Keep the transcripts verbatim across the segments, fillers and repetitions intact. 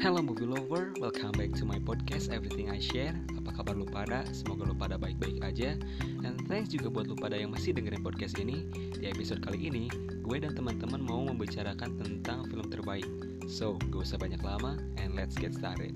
Hello movie lover, welcome back to my podcast Everything I Share. Apa kabar lu pada? Semoga lu pada baik-baik aja. And thanks juga buat lu pada yang masih dengerin podcast ini. Di episode kali ini, gue dan teman-teman mau membicarakan tentang film terbaik. So, gak usah banyak lama, and let's get started.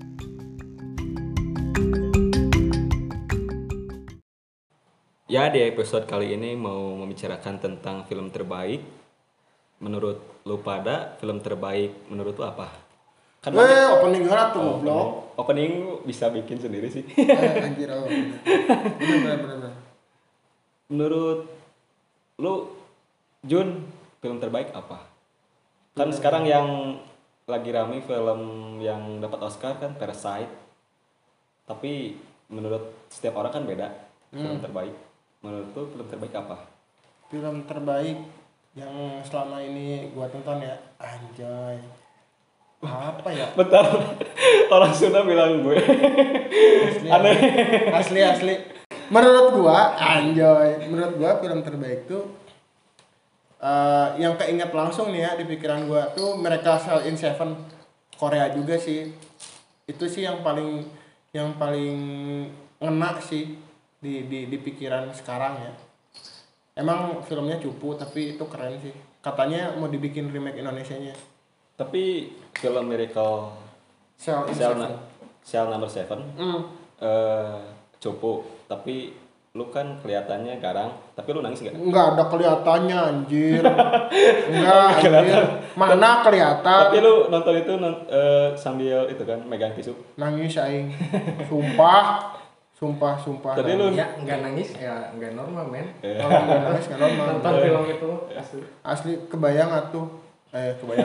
Ya, di episode kali ini mau membicarakan tentang film terbaik. Menurut lu pada, film terbaik menurut lu apa? Kan eh, opening gak tuh, oh, blog. Opening bisa bikin sendiri sih. Eh, anjir, oh. Bener, bener, bener. Menurut lu, Jun, film terbaik apa? Kan Hmm. sekarang yang lagi rame film yang dapat Oscar kan Parasite. Tapi menurut setiap orang kan beda film Hmm. terbaik. Menurut lu film terbaik apa? Film terbaik yang selama ini gua tonton ya, anjay. Apa ya? Bentar, orang Sunda bilang gue Asli, aneh. asli, asli. Menurut gua, anjay. Menurut gua film terbaik tuh uh, yang keinget langsung nih ya di pikiran gua tuh Miracle in Seven, Korea juga sih. Itu sih yang paling yang paling ngena sih di di di pikiran sekarang ya. Emang filmnya cupu tapi itu keren sih. Katanya mau dibikin remake Indonesianya. Tapi film Miracle Cell in Cell, Seven. na- Cell number seven Mm. eh cupu, tapi lu kan kelihatannya garang, tapi lu nangis nggak? Enggak ada kelihatannya anjir. Enggak anjir. Mana kelihatan? Tapi lu nonton itu non- eh, sambil itu kan megang tisu. Nangis aing. Sumpah. Sumpah, sumpah. Tadi lu Ya nggak nangis ya nggak normal men. Kalau enggak nangis enggak normal. Nonton film itu asli. Asli kebayang atuh. Eh, kebayang.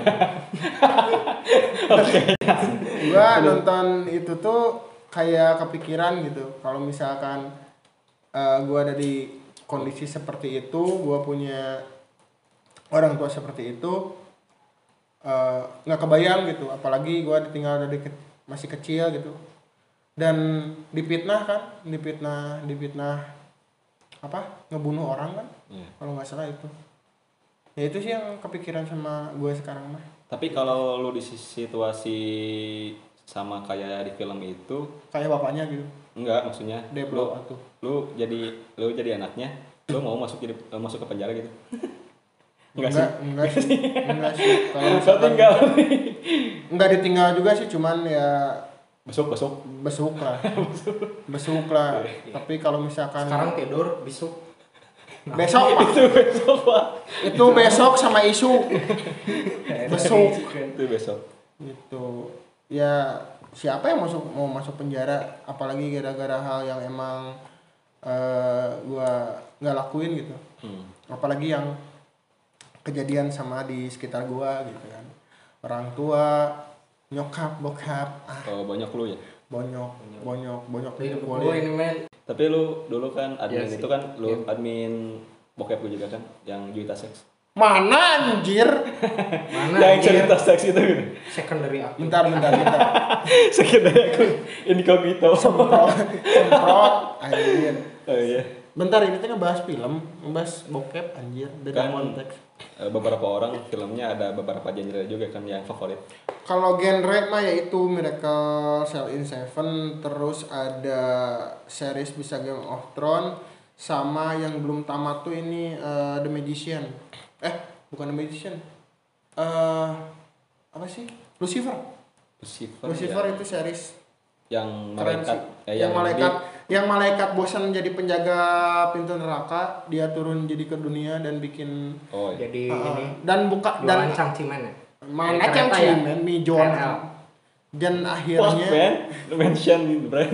Gua nonton itu tuh kayak kepikiran gitu. Kalau misalkan uh, gua ada di kondisi seperti itu, gua punya orang tua seperti itu, uh, nggak kebayang gitu. Apalagi gua ditinggal dari ke- masih kecil gitu. Dan dipitnah kan, dipitnah, dipitnah apa? Ngebunuh orang kan? Iya. Kalau nggak salah itu. Ya itu sih yang kepikiran sama gue sekarang mah. Tapi kalau lu di situasi sama kayak di film itu, Kayak bapaknya gitu. enggak maksudnya lu, Deplo atuh. lu jadi lu jadi anaknya, lu mau masuk jadi eh, masuk ke penjara gitu? Enggak, Enggak, sih. enggak sih. Enggak sih. Kalau Lu misalkan tinggal enggak ditinggal juga sih, cuman ya besok besok. besuk lah. besuk lah. Tapi kalau misalkan Sekarang tidur besok. besok Pak. Itu besok pak. Itu besok sama isu. Besok. Itu besok. Gitu. Ya siapa yang masuk mau masuk penjara apalagi gara-gara hal yang emang eh, gua nggak lakuin gitu. Hmm. Apalagi yang kejadian sama di sekitar gua gitu kan, orang tua, nyokap, bokap, ah Oh, banyak lu ya. bonyok bonyok bonyok Di hidup dipukulin. gue ini men. Tapi lu dulu kan admin Iya sih. itu kan lu Iya. admin bokep gue juga kan yang Juwita Seks. Mana anjir? Mana Yang anjir? cerita seks itu gitu. Secondary aku. Bentar bentar bentar. Sekedar aku incognito. Semprot semprot anjir. Oh iya. Bentar ini tuh ngebahas film, ngebahas bokep anjir beda Kan konteks. eh, beberapa orang filmnya ada beberapa genre juga kan yang favorit. Kalau genre mah yaitu Miracle Cell in Seven, terus ada series bisa Game of Thrones, sama yang belum tamat tuh ini eh, The Magician. Eh, bukan The Magician. Eh apa sih? Lucifer. Lucifer, Lucifer ya. itu series yang keren malaikat sih. eh, yang, malaikat di- yang malaikat bosan jadi penjaga pintu neraka, dia turun jadi ke dunia dan bikin oh iya. Jadi eh, ini dan buka dan jualan cangcimen ya. mana Kereta ya? cangcimen mi John. K L. Dan Fuck akhirnya man, lu mention brand.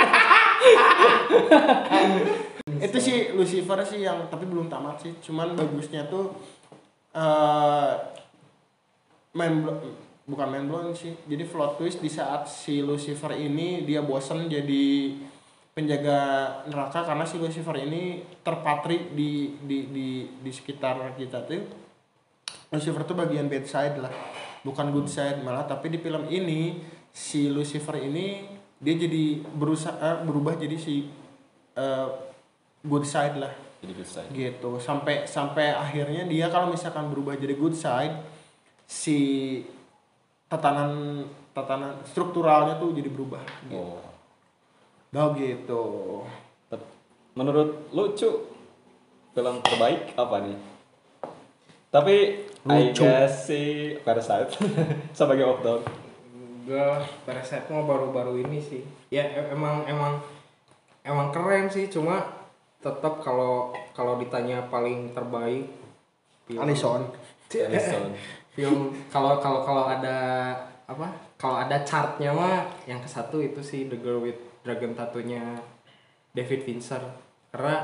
itu sih Lucifer sih yang tapi belum tamat sih, cuman bagusnya tuh eh main blo- bukan main blown sih, jadi plot twist di saat si Lucifer ini dia bosan jadi penjaga neraka karena si Lucifer ini terpatri di di di di sekitar kita tuh. Lucifer tuh bagian bad side lah, bukan good side malah. Tapi di film ini si Lucifer ini dia jadi berusaha berubah jadi si eh, good side lah Jadi good side. gitu, sampai sampai akhirnya dia kalau misalkan berubah jadi good side, si tatanan tatanan strukturalnya tuh jadi berubah gitu. Oh. Dah gitu. Tep- Menurut lu Cu, film terbaik apa nih? Tapi I Lucu. guess si Parasite sebagai aktor. Gue Parasite mah baru-baru ini sih. Ya e- emang emang emang keren sih, cuma tetap kalau kalau ditanya paling terbaik film- Alison. Alison. film kalau kalau kalau ada apa kalau ada chartnya mah yang ke satu itu sih The Girl with Dragon Tattoo-nya David Fincher, karena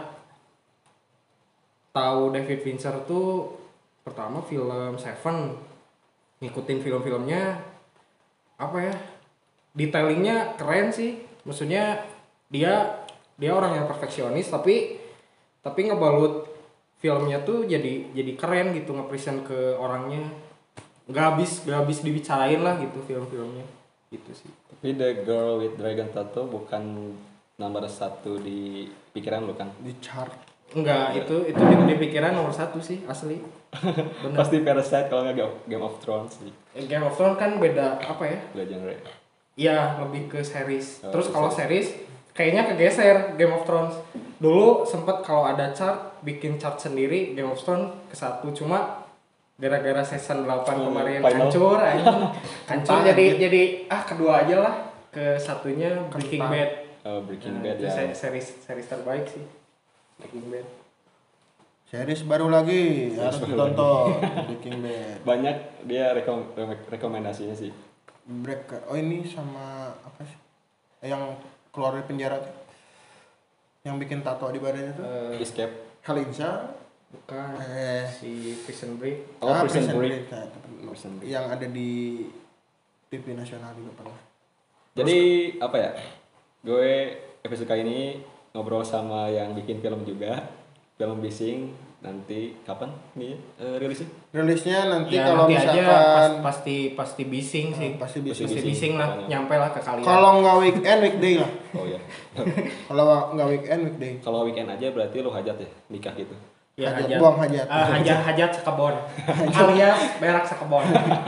tahu David Fincher tuh pertama film Seven, ngikutin film-filmnya apa ya, detailingnya keren sih, maksudnya dia dia orang yang perfeksionis tapi tapi ngebalut filmnya tuh jadi jadi keren gitu, nge-present ke orangnya, nggak habis nggak habis dibicarain lah gitu film-filmnya gitu sih. Tapi The Girl with Dragon Tattoo bukan nomor satu di pikiran lu kan? Di chart. Enggak, itu itu di, di pikiran nomor satu sih asli. Bener. Pasti Parasite kalau nggak Game- Game of Thrones sih. Game of Thrones kan beda apa ya? Beda genre. Iya, lebih ke series. Oh, Terus ke kalau series kayaknya kegeser Game of Thrones. Dulu sempet kalau ada chart bikin chart sendiri Game of Thrones ke satu, cuma gara-gara season delapan Hmm, kemarin final. hancur anjing. Hancur Kentang, jadi anjir. jadi ah kedua aja lah. Ke satunya Breaking Kentang. Bad. Oh, Breaking Nah, Bad itu ya. se- series series terbaik sih. Breaking Bad. Series baru lagi harus baru ditonton. Breaking Bad. Banyak dia rekom- re- rekomendasinya sih. Break. Oh ini sama apa sih? Yang keluar dari penjara tuh. Yang bikin tato di badannya tuh. Eh, Escape. Halinsa. bukan Eh. si Prison Break. Oh, Ah, Prison Prison Break. Nah, Prison Break. yang ada di T V nasional juga pernah. Jadi apa ya? Gue episode kali ini ngobrol sama yang bikin film juga, film Bising. Nanti kapan nih eh, rilisnya? Rilisnya nanti Ya, kalau nanti aja misalkan pas- pasti pasti bising sih. Ah, pasti Pasti bising. bising, lah, Pokoknya. nyampe lah ke kalian. kalau nggak weekend weekday lah. Oh ya. Kalau nggak weekend weekday. Kalau weekend aja berarti lu hajat ya nikah gitu. ya hajat, hajat, buang hajat. Ah, hajat hajat sekebon. Alias berak sekebon.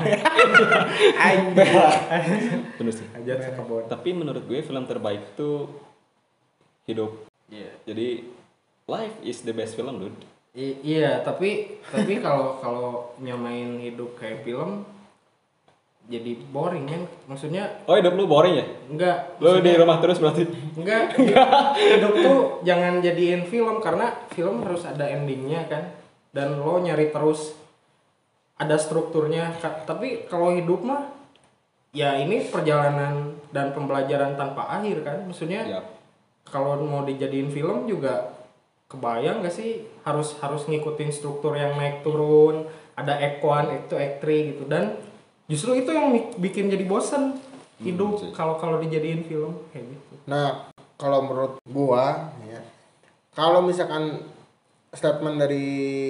Bener sih. Hajat sekebon. Tapi menurut gue film terbaik tuh Hidup. Iya. Jadi life is the best film, dude. I- iya, tapi tapi kalau kalau nyamain hidup kayak film jadi boring kan. Maksudnya Oh, hidup lu boring ya? enggak. Lu di maksudnya- rumah terus berarti? Enggak, hidup tuh jangan jadiin film, karena film harus ada endingnya kan, dan lo nyari terus ada strukturnya. Ka- tapi kalau hidup mah ya ini perjalanan dan pembelajaran tanpa akhir kan, maksudnya Ya. kalau mau dijadiin film juga kebayang gak sih harus harus ngikutin struktur yang naik turun, ada act one, act two, act three gitu, dan justru itu yang mi- bikin jadi bosen hidup sih. kalau kalau dijadiin film kayak gitu. Nah, kalau menurut gua ya, kalau misalkan statement dari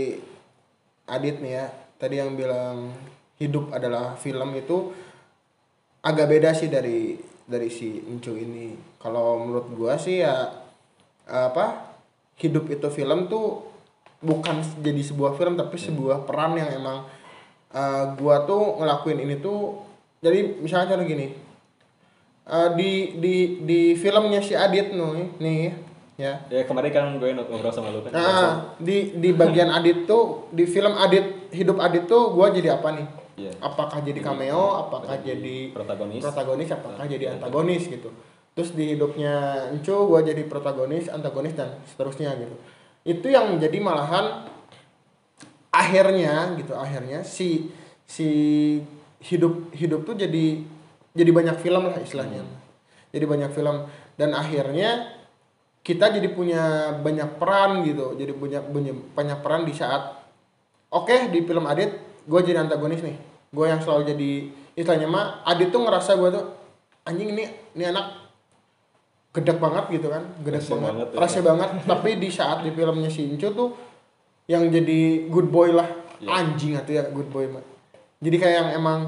Adit nih ya, tadi yang bilang hidup adalah film itu agak beda sih dari dari si Encu ini. Kalau menurut gua sih ya apa? Hidup itu film tuh bukan jadi sebuah film tapi sebuah peran yang emang uh, gua tuh ngelakuin ini tuh. Jadi misalnya contoh gini. Uh, di di di filmnya si Adit nih nih ya. Ya kemarin kan gue ngobrol sama lu kan. Nah, di di bagian Adit tuh di film Adit hidup Adit tuh gua jadi apa nih? Iya. Apakah jadi cameo, apakah jadi protagonis? protagonis, apakah Nah, jadi iya. antagonis gitu. Terus di hidupnya Enco gua jadi protagonis, antagonis dan seterusnya gitu. Itu yang menjadi malahan akhirnya gitu, akhirnya si si hidup hidup tuh jadi jadi banyak film lah istilahnya. Hmm. Jadi banyak film dan akhirnya kita jadi punya banyak peran gitu. Jadi punya punya banyak peran di saat oke okay, di film Adit gue jadi antagonis nih. Gue yang selalu jadi istilahnya mah Adit tuh ngerasa gue tuh anjing ini ini anak gedek banget gitu kan, gedek Rese banget, banget ya. rese banget. Tapi di saat di filmnya si Incu tuh yang jadi good boy lah, Iya. anjing atau ya good boy mah. Jadi kayak yang emang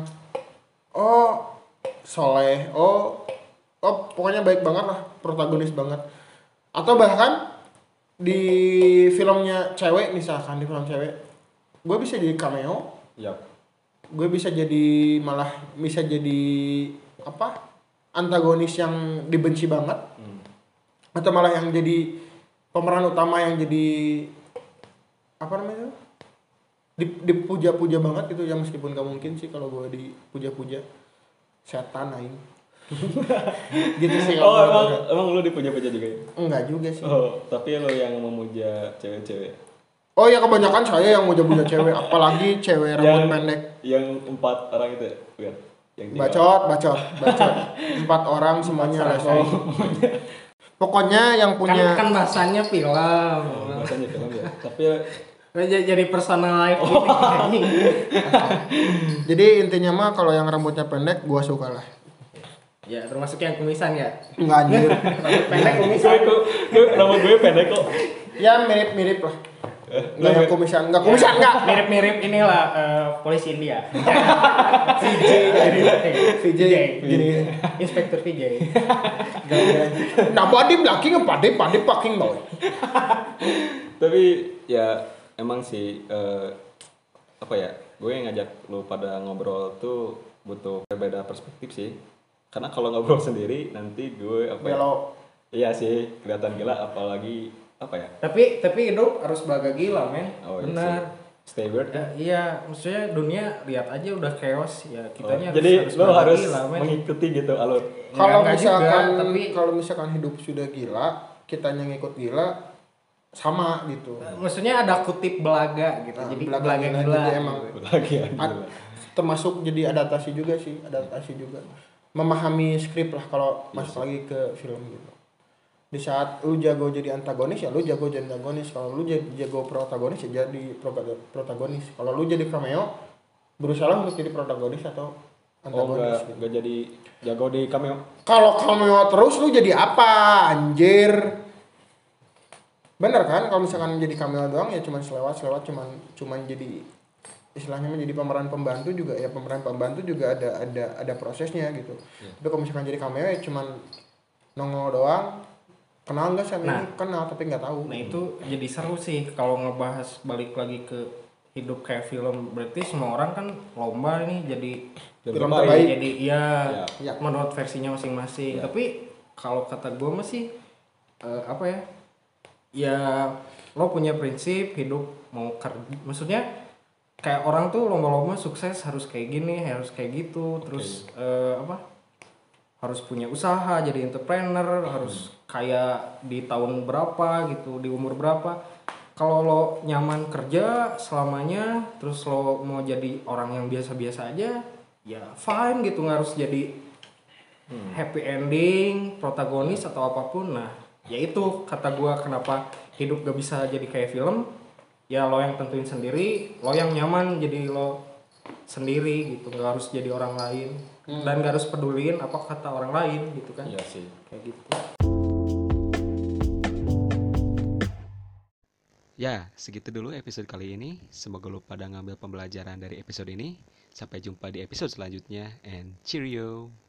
oh soleh, oh oh pokoknya baik banget lah, protagonis banget. Atau bahkan di filmnya cewek misalkan di film cewek, gue bisa jadi cameo. Yap. gue bisa jadi malah bisa jadi apa antagonis yang dibenci banget Hmm. atau malah yang jadi pemeran utama yang jadi apa namanya Dip, dipuja-puja banget gitu ya, meskipun gak mungkin sih kalau gue dipuja-puja setan aing gitu sih Oh kalau emang menurut gue. emang lu dipuja-puja juga ya? Enggak juga sih. Oh tapi lo yang memuja cewek-cewek. Oh ya kebanyakan saya yang muja-muja cewek, apalagi cewek rambut yang pendek. yang empat orang itu ya? Bukan? Yang tiga Bacot, bacot, bacot. Empat orang semuanya rese. Pokoknya yang Kan punya kan bahasanya film. orang. Oh, bahasanya film ya. Tapi Jadi jadi personal life gitu anjing. jadi intinya mah kalau yang rambutnya pendek gua suka lah. Ya termasuk yang kumisan ya. Enggak anjir. Rambut pendek gue kumisan. kok gue nama gue pendek kok. Ya mirip-mirip lah. Enggak yang kumisan, enggak kumisan enggak. Mirip-mirip inilah eh, polisi India. V J jadi V J gini. Inspektur V J. Nah, body blocking pade pade packing boy. Tapi ya emang sih eh, apa ya? Gue yang ngajak lu pada ngobrol tuh butuh berbeda perspektif sih. Karena kalau ngobrol sendiri nanti gue apa ya? Belok. Iya sih, kelihatan gila apalagi apa ya? Tapi tapi hidup harus belaga gila, men. Oh, iya Benar. sih. Stay bird Ya, kan? iya, maksudnya dunia lihat aja udah chaos ya. Oh, Kitanya jadi harus, lo belaga harus gila, men. mengikuti gitu alur. Kalau Enggak juga, misalkan tapi kalau misalkan hidup sudah gila, kitanya ngikut gila sama gitu. maksudnya ada kutip belaga gitu. Nah, jadi belaga belaga, gila gila. jadi emang gitu. Lagi ya. Ad- termasuk jadi adaptasi juga sih, adaptasi juga. Memahami skrip lah kalau masuk lagi ke film gitu. Di saat lu jago jadi antagonis ya lu jago jadi antagonis, kalau lu jadi jago protagonis ya jadi pro- protagonis. Kalau lu jadi cameo berusaha untuk jadi protagonis atau Oh antagonis. enggak, gitu. enggak jadi jago di cameo. Kalau cameo terus lu jadi apa anjir? Bener kan kalau misalkan jadi cameo doang ya cuman selewat selewat cuman cuman jadi istilahnya menjadi pemeran pembantu juga ya, pemeran pembantu juga ada ada ada prosesnya gitu. Iya. Tapi kalau misalkan jadi cameo ya cuman nongol doang, kenal nggak sama Nah. ini kenal tapi nggak tahu. Nah itu jadi seru sih kalau ngebahas balik lagi ke hidup kayak film. Berarti semua orang kan lomba ini jadi Jadi Film terbaik. terbaik. jadi ya, Ya. Ya. menurut versinya masing-masing. Ya. Tapi kalau kata gue masih eh, apa ya? Ya lo punya prinsip hidup mau kerja. Maksudnya kayak orang tuh lomba-lomba sukses harus kayak gini, harus kayak gitu. Terus eh, apa? Harus punya usaha, jadi entrepreneur, harus kayak di tahun berapa gitu, di umur berapa. Kalau lo nyaman kerja selamanya, terus lo mau jadi orang yang biasa-biasa aja, ya fine gitu, nggak harus jadi happy ending, protagonis atau apapun. Nah, ya itu kata gua kenapa hidup gak bisa jadi kayak film. Ya lo yang tentuin sendiri, lo yang nyaman jadi lo sendiri gitu, nggak harus jadi orang lain dan nggak harus peduliin apa kata orang lain gitu kan. Iya sih. Kayak gitu. Ya, segitu dulu episode kali ini. Semoga lu pada ngambil pembelajaran dari episode ini. Sampai jumpa di episode selanjutnya, and cheerio.